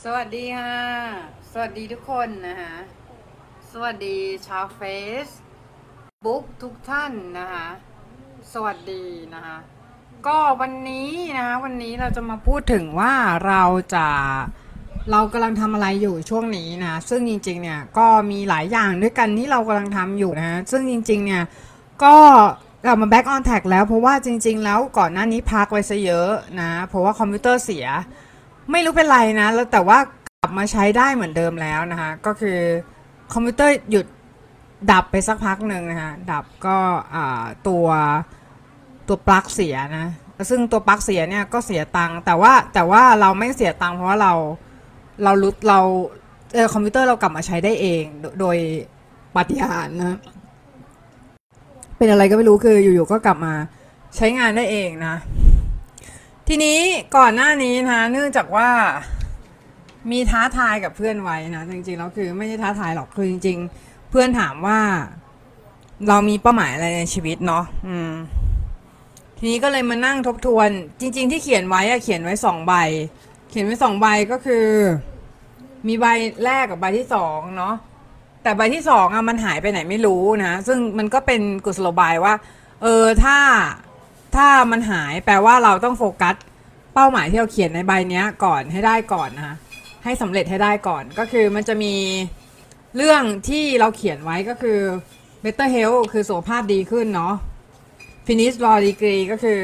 สวัสดีค่ะสวัสดีทุกคนนะคะสวัสดีชาวเฟซบุ๊กทุกท่านนะคะสวัสดีนะคะก็วันนี้นะคะวันนี้เราจะมาพูดถึงว่าเรากำลังทำอะไรอยู่ช่วงนี้นะซึ่งจริงๆเนี่ยก็มีหลายอย่างด้วยกันที่เรากำลังทำอยู่นะซึ่งจริงๆเนี่ยก็กลับมา back on track แล้วเพราะว่าจริงๆแล้วก่อนหน้านี้พักไว้ซะเยอะนะเพราะว่าคอมพิวเตอร์เสียไม่รู้เป็นไรนะแล้วแต่ว่ากลับมาใช้ได้เหมือนเดิมแล้วนะคะก็คือคอมพิวเตอร์หยุดดับไปสักพักหนึ่งนะคะดับก็ตัวปลั๊กเสียนะซึ่งตัวปลั๊กเสียเนี่ยก็เสียตังค์แต่ว่าเราไม่เสียตังค์เพราะว่าเราคอมพิวเตอร์เรากลับมาใช้ได้เองโดยปาฏิหาริย์นะเป็นอะไรก็ไม่รู้คืออยู่ๆก็กลับมาใช้งานได้เองนะทีนี้ก่อนหน้านี้นะเนื่องจากว่ามีท้าทายกับเพื่อนไว้นะจริงๆแล้วคือไม่ใช่ท้าทายหรอกคือจริงๆเพื่อนถามว่าเรามีเป้าหมายอะไรในชีวิตเนาะทีนี้ก็เลยมานั่งทบทวนจริงๆที่เขียนไว้เขียนไว้2 ใบเขียนไว้2 ใบก็คือมีใบแรกกับใบที่2เนาะแต่ใบที่2มันหายไปไหนไม่รู้นะซึ่งมันก็เป็นกุศโลบายว่าถ้ามันหายแปลว่าเราต้องโฟกัสเป้าหมายที่เราเขียนในใบนี้ก่อนให้ได้ก่อนนะคะให้สำเร็จให้ได้ก่อนก็คือมันจะมีเรื่องที่เราเขียนไว้ก็คือ better health คือสุขภาพดีขึ้นเนาะ finish law degree ก็คือ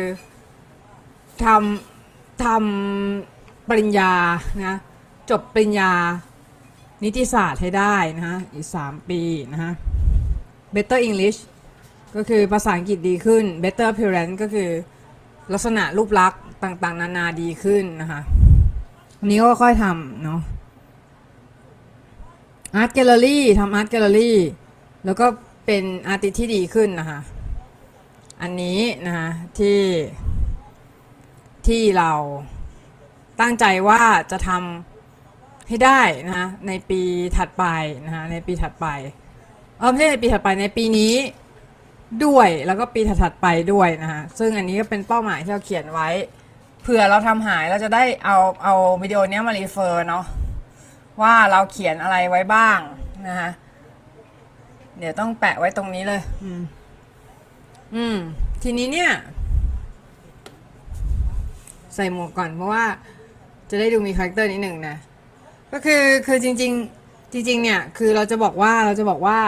ทำปริญญานะจบปริญญานิติศาสตร์ให้ได้นะฮะอีก3 ปีนะฮะ better English ก็คือภาษาอังกฤษดีขึ้น better appearance ก็คือลักษณะรูปลักษณ์ต่างๆนานาดีขึ้นนะคะวันนี้ก็ค่อยทำเนาะ art gallery ทำ art gallery แล้วก็เป็นอาร์ติสต์ที่ดีขึ้นนะคะอันนี้นะคะที่เราตั้งใจว่าจะทำให้ได้นะคะในปีถัดไปนะคะในปีถัดไปไม่ใช่ในปีถัดไปในปีนี้ด้วยแล้วก็ปีถัดๆไปด้วยนะคะซึ่งอันนี้ก็เป็นเป้าหมายที่เราเขียนไว้เผื่อเราทำหายเราจะได้เอาวิดีโอนี้มารีเฟอร์เนาะว่าเราเขียนอะไรไว้บ้างนะคะเดี๋ยวต้องแปะไว้ตรงนี้เลยทีนี้เนี่ยใส่หมวกก่อนเพราะว่าจะได้ดูมีคาแรคเตอร์นิดหนึ่งนะก็คือจริงเนี่ยคือเราจะบอกว่าเรา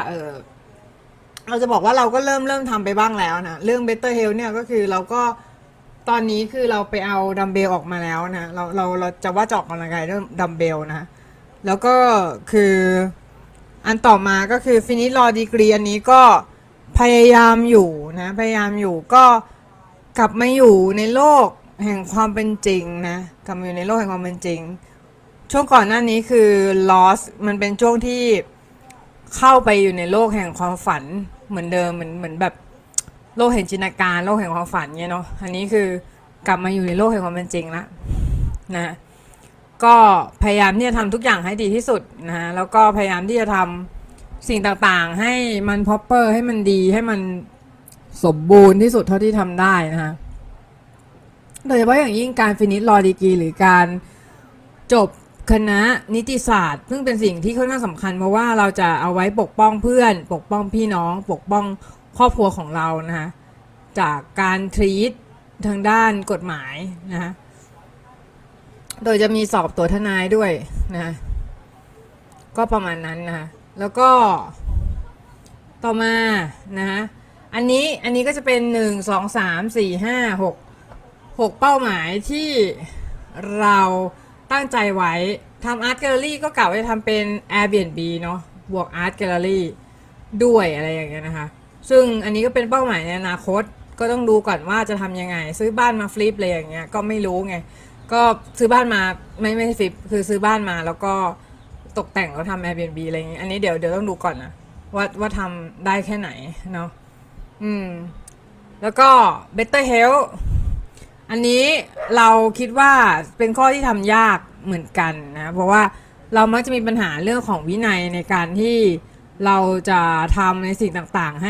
ก็เริ่มทำไปบ้างแล้วนะเรื่อง Better Health เนี่ยก็คือเราก็ตอนนี้คือเราไปเอาดัมเบลออกมาแล้วนะเราจะว่าจะออกกำลังกายด้วยดัมเบลนะแล้วก็คืออันต่อมาก็คือ Finish Law Degree อันนี้ก็พยายามอยู่ก็กลับมาอยู่ในโลกแห่งความเป็นจริงนะกลับมาอยู่ในโลกแห่งความเป็นจริงช่วงก่อนหน้านี้คือ Lost มันเป็นช่วงที่เข้าไปอยู่ในโลกแห่งความฝันเหมือนเดิมเหมือนแบบโลกแห่งจินตนาการโลกแห่งความฝันเนี่ยเนาะอันนี้คือกลับมาอยู่ในโลกแห่งความเป็นจริงแล้วนะก็พยายามที่จะทำทุกอย่างให้ดีที่สุดนะแล้วก็พยายามที่จะทำสิ่งต่างๆให้มัน proper ให้มันดีให้มันสมบูรณ์ที่สุดเท่าที่ทำได้นะคะโดยเฉพาะอย่างยิ่งการ finish law degree หรือการจบคณะนิติศาสตร์ซึ่งเป็นสิ่งที่ค่อนข้างสำคัญเพราะว่าเราจะเอาไว้ปกป้องเพื่อนปกป้องพี่น้องปกป้องครอบครัวของเรานะคะจากการทรีตทางด้านกฎหมายนะคะโดยจะมีสอบตัวทนายด้วยนะก็ประมาณนั้นนะคะแล้วก็ต่อมานะคะอันนี้ก็จะเป็น1 2 3 4 5 6เป้าหมายที่เราตั้งใจไว้ทำ Art Gallery ก็กะว่าจะทำเป็น Airbnb เนาะบวก Art Gallery ด้วยอะไรอย่างเงี้ยนะคะซึ่งอันนี้ก็เป็นเป้าหมายในอนาคตก็ต้องดูก่อนว่าจะทำยังไงซื้อบ้านมาฟลิปอะไรอย่างเงี้ยก็ไม่รู้ไงก็ซื้อบ้านมาไม่ฟลิปคือซื้อบ้านมาแล้วก็ตกแต่งแล้วทำ Airbnb อะไรอย่างเงี้ยอันนี้เดี๋ยวต้องดูก่อนนะว่าทำได้แค่ไหนเนาะแล้วก็ Better Health อันนี้เราคิดว่าเป็นข้อที่ทำยากเหมือนกันนะเพราะว่าเรามักจะมีปัญหาเรื่องของวินัยในการที่เราจะทำในสิ่งต่างๆ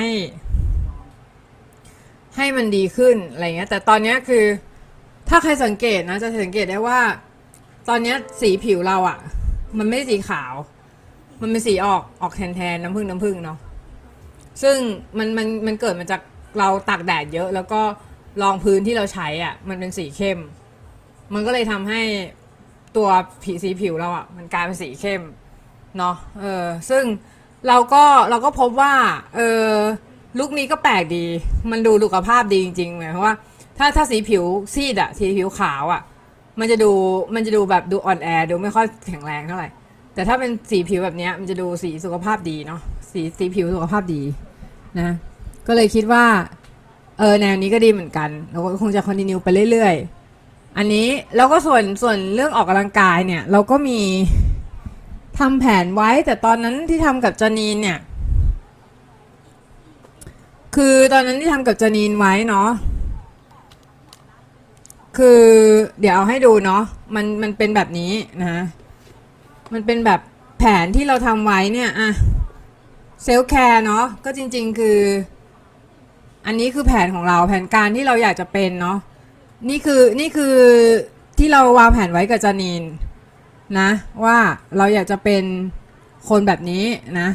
ให้มันดีขึ้นอะไรเงี้ยแต่ตอนนี้คือถ้าใครสังเกตนะจะสังเกตได้ว่าตอนเนี้ยสีผิวเราอ่ะมันไม่ได้สีขาวมันเป็นสีออกแทนน้ำผึ้งเนาะซึ่งมันเกิดมาจากเราตากแดดเยอะแล้วก็รองพื้นที่เราใช้อ่ะมันเป็นสีเข้มมันก็เลยทำให้ตัวสีผิวเราอ่ะมันกลายเป็นสีเข้มเนาะซึ่งเราก็พบว่าลุคนี้ก็แปลกดีมันดูสุขภาพดีจริงๆเพราะว่าถ้าสีผิวซีดอ่ะสีผิวขาวอ่ะมันจะดูแบบดูอ่อนแอดูไม่ค่อยแข็งแรงเท่าไหร่แต่ถ้าเป็นสีผิวแบบนี้มันจะดูสีสุขภาพดีเนาะสีผิวสุขภาพดีนะก็เลยคิดว่าแนวนี้ก็ดีเหมือนกันเราก็คงจะคอนติเนียไปเรื่อยๆอันนี้แล้วก็ส่วนเรื่องออกกำลังกายเนี่ยเราก็มีทำแผนไว้แต่ตอนนั้นที่ทำกับจานีนเนี่ยคือตอนนั้นที่ทำกับจานีนไว้เนาะคือเดี๋ยวเอาให้ดูเนาะมันเป็นแบบนี้นะมันเป็นแบบแผนที่เราทำไว้เนี่ยอะเซลฟ์แคร์เนาะก็จริงๆคืออันนี้คือแผนของเราแผนการที่เราอยากจะเป็นเนาะนี่คือที่เราวางแผนไว้กับจานีนนะว่าเราอยากจะเป็นคนแบบนี้นะ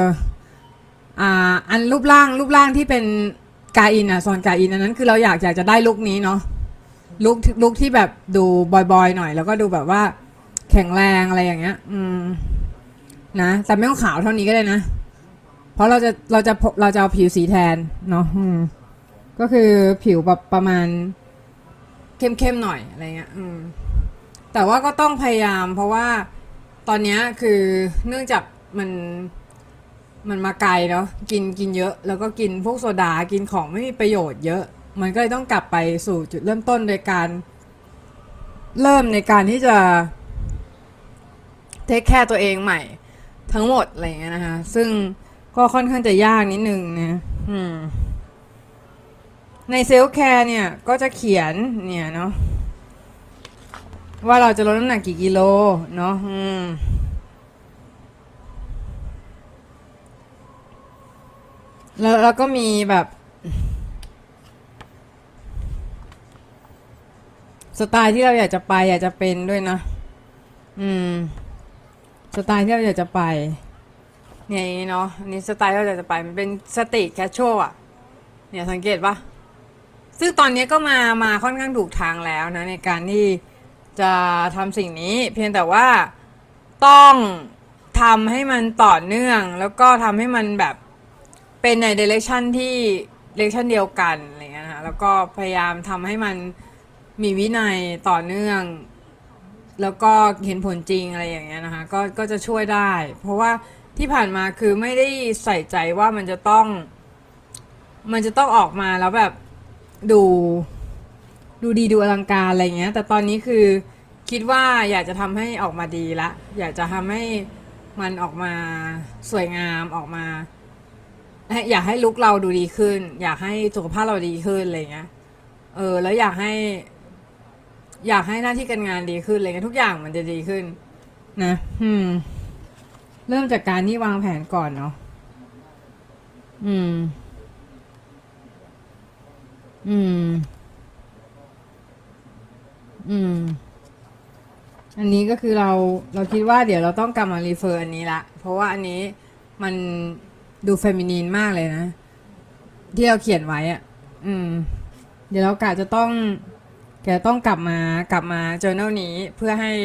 อันรูปร่างที่เป็นกาอินอะซอนกาอินอันนั้นคือเราอยากจะได้ลุคนี้เนาะลุคที่แบบดูบอยๆหน่อยแล้วก็ดูแบบว่าแข็งแรงอะไรอย่างเงี้ยนะแต่ไม่ต้องขาวเท่านี้ก็ได้นะเพราะเราจะเอาผิวสีแทนเนาะก็คือผิวแบบประมาณเข้มๆหน่อยอะไรเงี้ยแต่ว่าก็ต้องพยายามเพราะว่าตอนนี้คือเนื่องจากมันมาไกลเนาะกินเยอะแล้วก็กินพวกโซดากินของไม่มีประโยชน์เยอะมันก็เลยต้องกลับไปสู่จุดเริ่มต้นโดยการเริ่มในการที่จะเทคแคร์ตัวเองใหม่ทั้งหมดอะไรเงี้ยนะคะซึ่งก็ค่อนข้างจะยากนิดนึงนะในเซลฟ์แคร์เนี่ยก็จะเขียนเนี่ยเนาะว่าเราจะลดน้ำหนักกี่กิโลเนาะแล้วก็มีแบบสไตล์ที่เราอยากจะไปอยากจะเป็นด้วยนะสไตล์ที่เราอยากจะไปเนี่ยเนาะนี่สไตล์ที่เราอยากจะไปมันเป็นสตรีทแคชชวลอ่ะเนี่ยสังเกตปะซึ่งตอนนี้ก็มาค่อนข้างถูกทางแล้วนะในการที่จะทำสิ่งนี้เพียงแต่ว่าต้องทำให้มันต่อเนื่องแล้วก็ทำให้มันแบบเป็นในเดเรคชั่นที่เดเรคชั่นเดียวกันอะไรเงี้ยนะแล้วก็พยายามทำให้มันมีวินัยต่อเนื่องแล้วก็เห็นผลจริงอะไรอย่างเงี้ยนะคะก็จะช่วยได้เพราะว่าที่ผ่านมาคือไม่ได้ใส่ใจว่ามันจะต้องออกมาแล้วแบบดูดีดูอลังการอะไรเงี้ยแต่ตอนนี้คือคิดว่าอยากจะทำให้ออกมาดีละอยากจะทำให้มันออกมาสวยงามออกมาอยากให้ลุคเราดูดีขึ้นอยากให้สุขภาพเราดีขึ้นอะไรเงี้ยแล้วอยากให้หน้าที่การงานดีขึ้นอะไรเงี้ยทุกอย่างมันจะดีขึ้นนะเริ่มจากการที่วางแผนก่อนเนาะอันนี้ก็คือเราคิดว่าเดี๋ยวเราต้องกลับมารีเฟอร์อันนี้ละเพราะว่าอันนี้มันดูเฟมินีนมากเลยนะที่เราเขียนไว้อะเดี๋ยวเราจะต้องกลับมา journal นี้เพื่อให้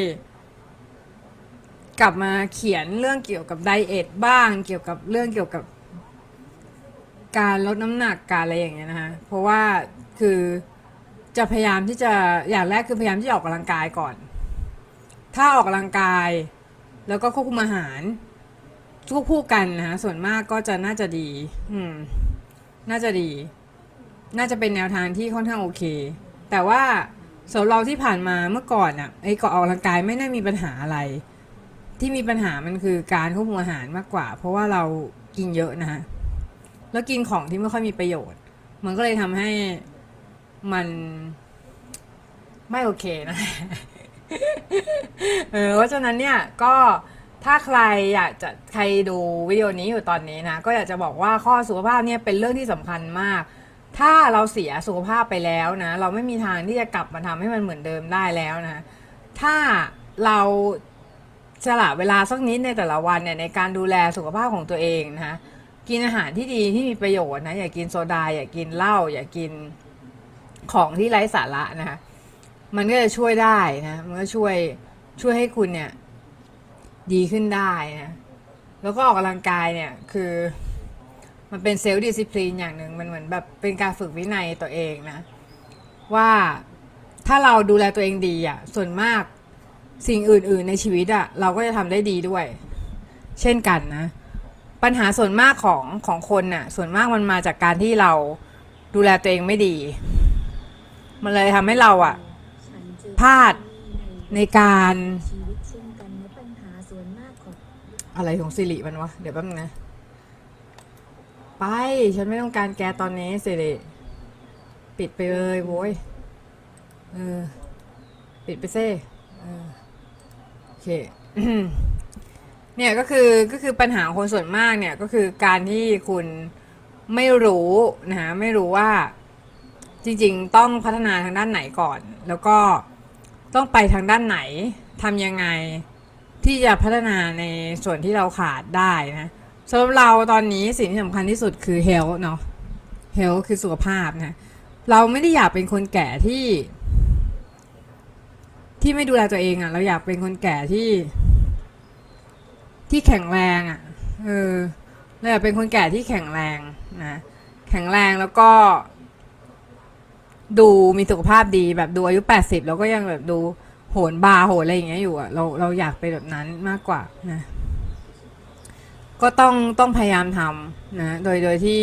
กลับมาเขียนเรื่องเกี่ยวกับไดเอทบ้างเกี่ยวกับเรื่องเกี่ยวกับการลดน้ำหนักการอะไรอย่างเงี้ยนะคะเพราะว่าคือจะพยายามที่จะอย่างแรกคือพยายามที่จะออกกำลังกายก่อนถ้าออกกำลังกายแล้วก็ควบคุมอาหารคู่กันนะคะส่วนมากก็จะน่าจะดีน่าจะดีน่าจะเป็นแนวทางที่ค่อนข้างโอเคแต่ว่าสำหรับเราที่ผ่านมาเมื่อก่อนอ่ะก่อนออกกำลังกายไม่ได้มีปัญหาอะไรที่มีปัญหามันคือการควบคุมอาหารมากกว่าเพราะว่าเรากินเยอะนะคะแล้วกินของที่ไม่ค่อยมีประโยชน์มันก็เลยทำให้มันไม่โอเคนะ เพราะฉะนั้นเนี่ยก็ถ้าใครอยากจะใครดูวิดีโอนี้อยู่ตอนนี้นะก็อยากจะบอกว่าข้อสุขภาพเนี่ยเป็นเรื่องที่สำคัญมากถ้าเราเสียสุขภาพไปแล้วนะเราไม่มีทางที่จะกลับมาทำให้มันเหมือนเดิมได้แล้วนะถ้าเราสละเวลาสักนิดในแต่ละวันเนี่ยในการดูแลสุขภาพของตัวเองนะคะกินอาหารที่ดีที่มีประโยชน์นะอย่ากินโซดาอย่ากินเหล้าอย่ากินของที่ไร้สาระนะคะมันก็จะช่วยได้นะมันก็ช่วยให้คุณเนี่ยดีขึ้นได้นะแล้วก็ออกกำลังกายเนี่ยคือมันเป็นเซลฟ์ดิสซิปลินอย่างหนึ่งมันเหมือนแบบเป็นการฝึกวินัยตัวเองนะว่าถ้าเราดูแลตัวเองดีอ่ะส่วนมากสิ่งอื่นๆในชีวิตอ่ะเราก็จะทำได้ดีด้วยเช่นกันนะปัญหาส่วนมากของคนน่ะส่วนมากมันมาจากการที่เราดูแลตัวเองไม่ดีมันเลยทำให้เราอ่ะพลาดในการอะไรของสิริมันวะเดี๋ยวแป๊บนึงนะไปฉันไม่ต้องการแกตอนนี้สิริปิดไปเลยโว้ยปิดไปเซ่โอเค เนี่ยก็คือปัญหาของคนส่วนมากเนี่ยก็คือการที่คุณไม่รู้นะไม่รู้ว่าจริงๆต้องพัฒนาทางด้านไหนก่อนแล้วก็ต้องไปทางด้านไหนทำยังไงที่จะพัฒนาในส่วนที่เราขาดได้นะสำหรับเราตอนนี้สิ่งที่สำคัญที่สุดคือ health เนาะ health คือสุขภาพนะเราไม่ได้อยากเป็นคนแก่ที่ไม่ดูแลตัวเองอ่ะเราอยากเป็นคนแก่ที่แข็งแรงอ่ะเราอยากเป็นคนแก่ที่แข็งแรงนะแข็งแรงแล้วก็ดูมีสุขภาพดีแบบดูอายุ80แล้วก็ยังแบบดูโหนบาร์โหนอะไรอย่างเงี้ยอยู่อ่ะเราอยากเป็นแบบนั้นมากกว่านะก็ต้องพยายามทำนะโดยที่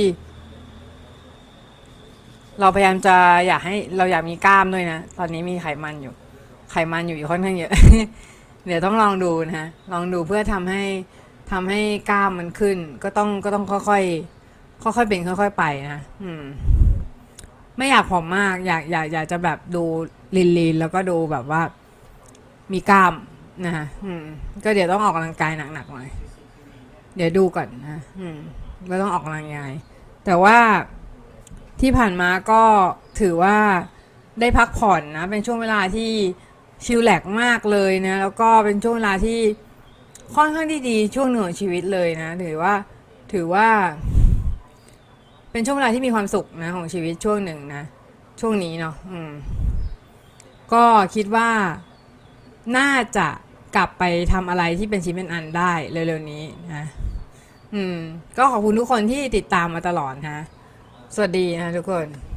เราพยายามจะอยากให้เราอยากมีกล้ามด้วยนะตอนนี้มีไขมันอยู่ค่อนข้างเยอะ เดี๋ยวต้องลองดูนะฮะลองดูเพื่อทำให้กล้ามมันขึ้นก็ต้องค่อยเป็นค่อยไปนะไม่อยากผอมมากอยากจะแบบดูลีนแล้วก็ดูแบบว่ามีกล้ามนะฮะก็เดี๋ยวต้องออกกำลังกายหนักๆหน่อยเดี๋ยวดูก่อนนะก็ต้องออกกำลังกายแต่ว่าที่ผ่านมาก็ถือว่าได้พักผ่อนนะเป็นช่วงเวลาที่ชิลแลกมากเลยนะแล้วก็เป็นช่วงเวลาที่ค่อนข้างที่ดีช่วงหนึ่งของชีวิตเลยนะถือว่าเป็นช่วงเวลาที่มีความสุขนะของชีวิตช่วงหนึ่งนะช่วงนี้เนาะก็คิดว่าน่าจะกลับไปทำอะไรที่เป็นชิ้นเป็นอันได้เร็วๆนี้นะก็ขอบคุณทุกคนที่ติดตามมาตลอดนะสวัสดีนะทุกคน